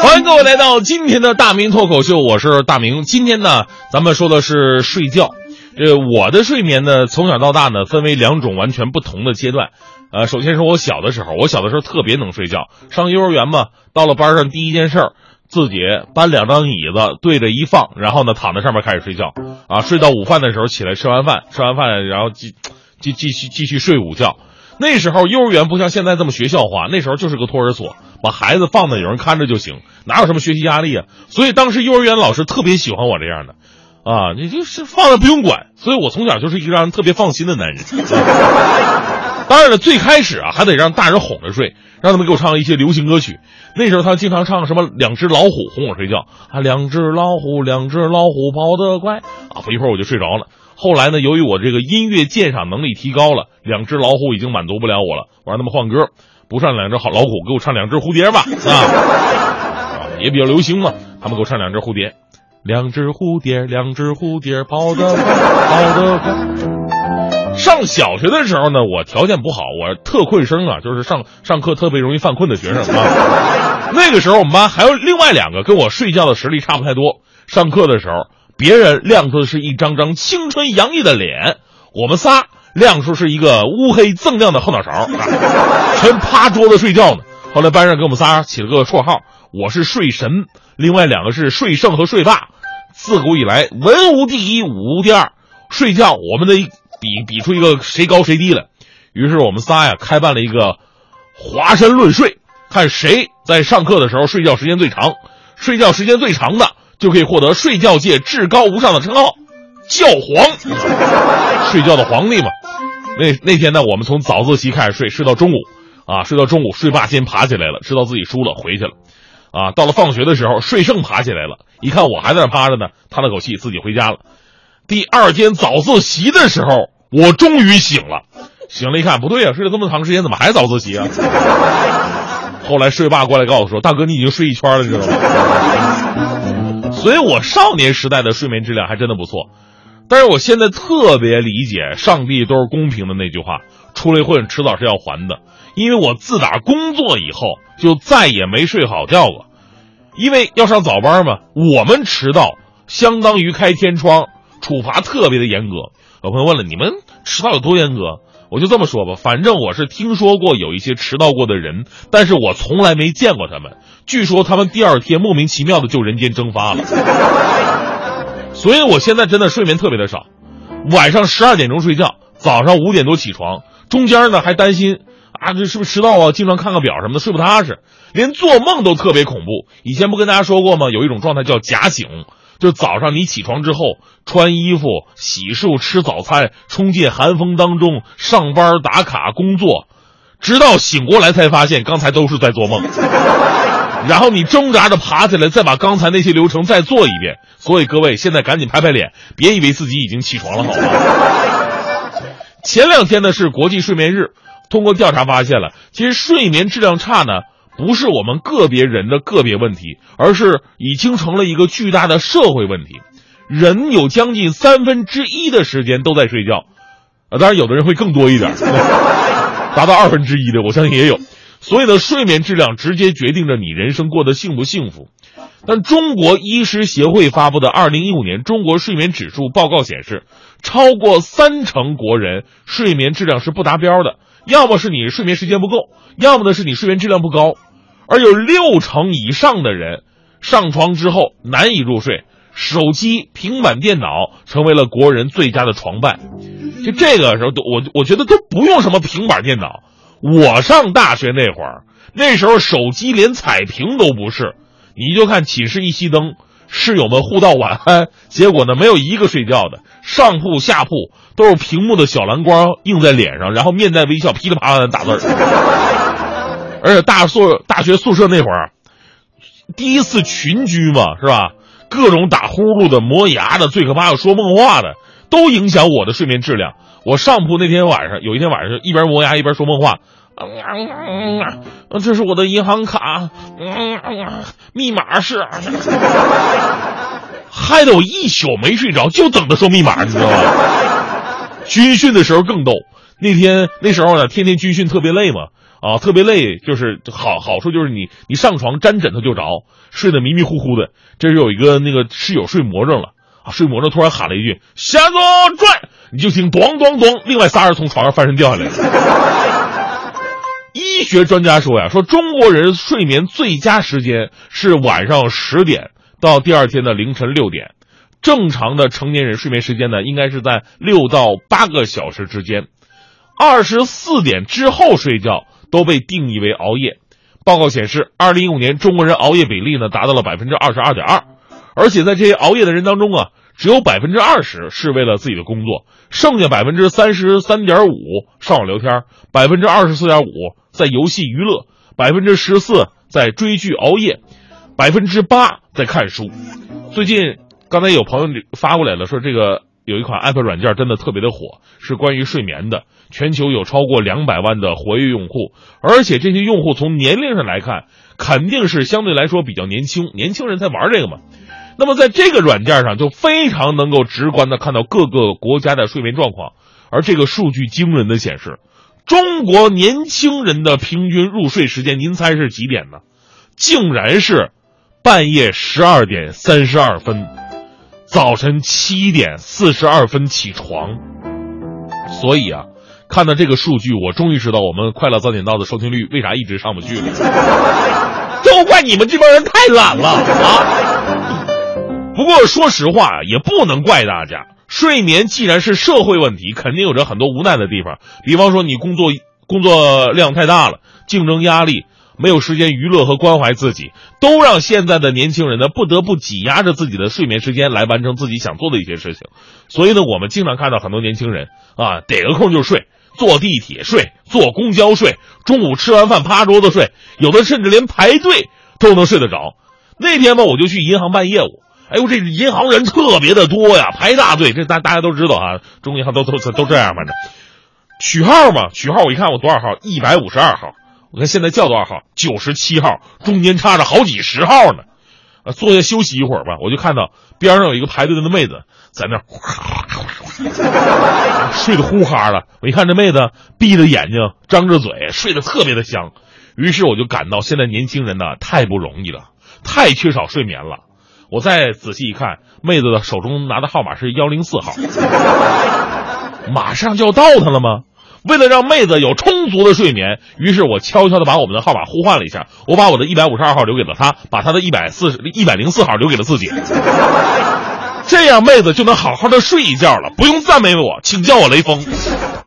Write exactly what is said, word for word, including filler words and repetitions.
欢迎各位来到今天的大明脱口秀，我是大明。今天呢，咱们说的是睡觉。这我的睡眠呢，从小到大呢，分为两种完全不同的阶段。呃，首先是我小的时候，我小的时候特别能睡觉。上幼儿园嘛，到了班上第一件事儿，自己搬两张椅子对着一放，然后呢躺在上面开始睡觉。啊，睡到午饭的时候起来吃完饭，吃完饭然后继继继续继续睡午觉。那时候幼儿园不像现在这么学校化，那时候就是个托儿所，把孩子放那有人看着就行，哪有什么学习压力啊？所以当时幼儿园老师特别喜欢我这样的，啊，你就是放着不用管，所以我从小就是一个让人特别放心的男人。当然了，最开始啊还得让大人哄着睡，让他们给我唱一些流行歌曲。那时候他经常唱什么两只老虎哄我睡觉啊，两只老虎，两只老虎跑得快啊，不一会儿我就睡着了。后来呢，由于我这个音乐鉴赏能力提高了，两只老虎已经满足不了我了，我让他们换歌，不唱两只好老虎，给我唱两只蝴蝶吧，啊，啊也比较流行嘛，他们给我唱两只蝴蝶，两只蝴蝶，两只蝴蝶跑得快，跑得快。上小学的时候呢，我条件不好，我特困生啊，就是上上课特别容易犯困的学生啊。那个时候我们班还有另外两个跟我睡觉的实力差不太多，上课的时候别人亮出的是一张张青春洋溢的脸，我们仨亮出是一个乌黑锃亮的后脑勺，啊，全趴桌子睡觉呢。后来班上给我们仨起了个绰号，我是睡神，另外两个是睡圣和睡霸。自古以来文无第一，武无第二，睡觉我们得比比出一个谁高谁低来。于是我们仨呀开办了一个华山论睡，看谁在上课的时候睡觉时间最长，睡觉时间最长的就可以获得睡觉界至高无上的称号，教皇，睡觉的皇帝嘛。那那天呢，我们从早自习开始睡，睡到中午，啊，睡到中午，睡霸先爬起来了，知道自己输了，回去了。啊，到了放学的时候，睡圣爬起来了，一看我还在那趴着呢，叹了口气，自己回家了。第二天早自习的时候，我终于醒了，醒了一看，不对啊，睡了这么长时间，怎么还早自习啊？后来睡霸过来告诉我说，大哥，你已经睡一圈了，你知道吗？所以我少年时代的睡眠质量还真的不错，但是我现在特别理解上帝都是公平的那句话，出来混迟早是要还的。因为我自打工作以后就再也没睡好觉过，因为要上早班嘛，我们迟到相当于开天窗，处罚特别的严格。有朋友问了，你们迟到有多严格？我就这么说吧，反正我是听说过有一些迟到过的人，但是我从来没见过他们，据说他们第二天莫名其妙的就人间蒸发了。所以我现在真的睡眠特别的少，晚上十二点钟睡觉，早上五点多起床，中间呢还担心啊，这是不是迟到啊？经常看个表什么的，睡不踏实，连做梦都特别恐怖。以前不跟大家说过吗？有一种状态叫假醒，就早上你起床之后，穿衣服、洗漱、吃早餐，冲进寒风当中上班打卡工作，直到醒过来才发现刚才都是在做梦。然后你挣扎着爬起来，再把刚才那些流程再做一遍。所以各位现在赶紧拍拍脸，别以为自己已经起床了，好吗？前两天呢是国际睡眠日。通过调查发现了，其实睡眠质量差呢，不是我们个别人的个别问题，而是已经成了一个巨大的社会问题。人有将近三分之一的时间都在睡觉，啊，当然有的人会更多一点，达到二分之一的，我相信也有。所以呢，睡眠质量直接决定着你人生过得幸不幸福。但中国医师协会发布的二零一五年中国睡眠指数报告显示，超过三成国人睡眠质量是不达标的。要么是你睡眠时间不够，要么呢是你睡眠质量不高，而有六成以上的人上床之后难以入睡，手机、平板电脑成为了国人最佳的床伴。就这个时候，我我觉得都不用什么平板电脑。我上大学那会儿，那时候手机连彩屏都不是，你就看寝室一熄灯，室友们互道晚安，结果呢没有一个睡觉的，上铺下铺都是屏幕的小蓝光映在脸上，然后面带微笑噼里啪啦的打字。而且大宿大学宿舍那会儿第一次群居嘛，是吧？各种打呼噜的、磨牙的，最可怕有说梦话的，都影响我的睡眠质量。我上铺那天晚上，有一天晚上一边磨牙一边说梦话，嗯，这是我的银行卡，嗯，密码是，害得我一宿没睡着，就等着说密码，你知道吗？军训的时候更逗，那天那时候呢，天天军训特别累嘛， 啊，特别累，就是好好处就是你你上床沾枕头就着，睡得迷迷糊糊的。这时有一个那个室友睡魔怔了啊，睡魔怔突然喊了一句向左转，你就听咚咚咚，另外仨人从床上翻身掉下来了。医学专家说呀，说中国人睡眠最佳时间是晚上十点到第二天的凌晨六点，正常的成年人睡眠时间呢，应该是在六到八个小时之间。二十四点之后睡觉都被定义为熬夜。报告显示，二零一五年中国人熬夜比例呢达到了百分之二十二点二，而且在这些熬夜的人当中啊，只有百分之二十是为了自己的工作，剩下百分之三十三点五上网聊天，百分之二十四点五在游戏娱乐，百分之十四在追剧熬夜，百分之八在看书。最近刚才有朋友发过来了，说这个有一款 app 软件真的特别的火，是关于睡眠的，全球有超过两百万的活跃用户，而且这些用户从年龄上来看，肯定是相对来说比较年轻，年轻人才玩这个嘛。那么在这个软件上就非常能够直观的看到各个国家的睡眠状况，而这个数据惊人的显示，中国年轻人的平均入睡时间，您猜是几点呢？竟然是半夜十二点三十二分，早晨七点四十二分起床。所以啊，看到这个数据，我终于知道我们快乐早点到的收听率为啥一直上不去了。都怪你们这帮人太懒了啊！不过说实话，也不能怪大家。睡眠既然是社会问题，肯定有着很多无奈的地方。比方说你工作工作量太大了，竞争压力，没有时间娱乐和关怀自己，都让现在的年轻人呢不得不挤压着自己的睡眠时间来完成自己想做的一些事情。所以呢，我们经常看到很多年轻人啊，逮个空就睡，坐地铁睡，坐公交睡，中午吃完饭趴桌子睡，有的甚至连排队都能睡得着。那天吧，我就去银行办业务，哎呦，这银行人特别的多呀，排大队，这大大家都知道啊，中国银行都都都这样，反正取号嘛，取号我一看我多少号，一百五十二号。我看现在叫多少号？九十七号，中间差着好几十号呢。啊，坐下休息一会儿吧，我就看到边上有一个排队的妹子在那儿睡得呼哈了。我一看这妹子闭着眼睛张着嘴，睡得特别的香。于是我就感到现在年轻人呢太不容易了，太缺少睡眠了。我再仔细一看，妹子的手中拿的号码是一零四号，马上就要到她了吗？为了让妹子有充足的睡眠，于是我悄悄地把我们的号码互换了一下，我把我的一百五十二号留给了她，把她的一百四十一百零四号留给了自己。这样妹子就能好好的睡一觉了，不用赞美我，请叫我雷锋。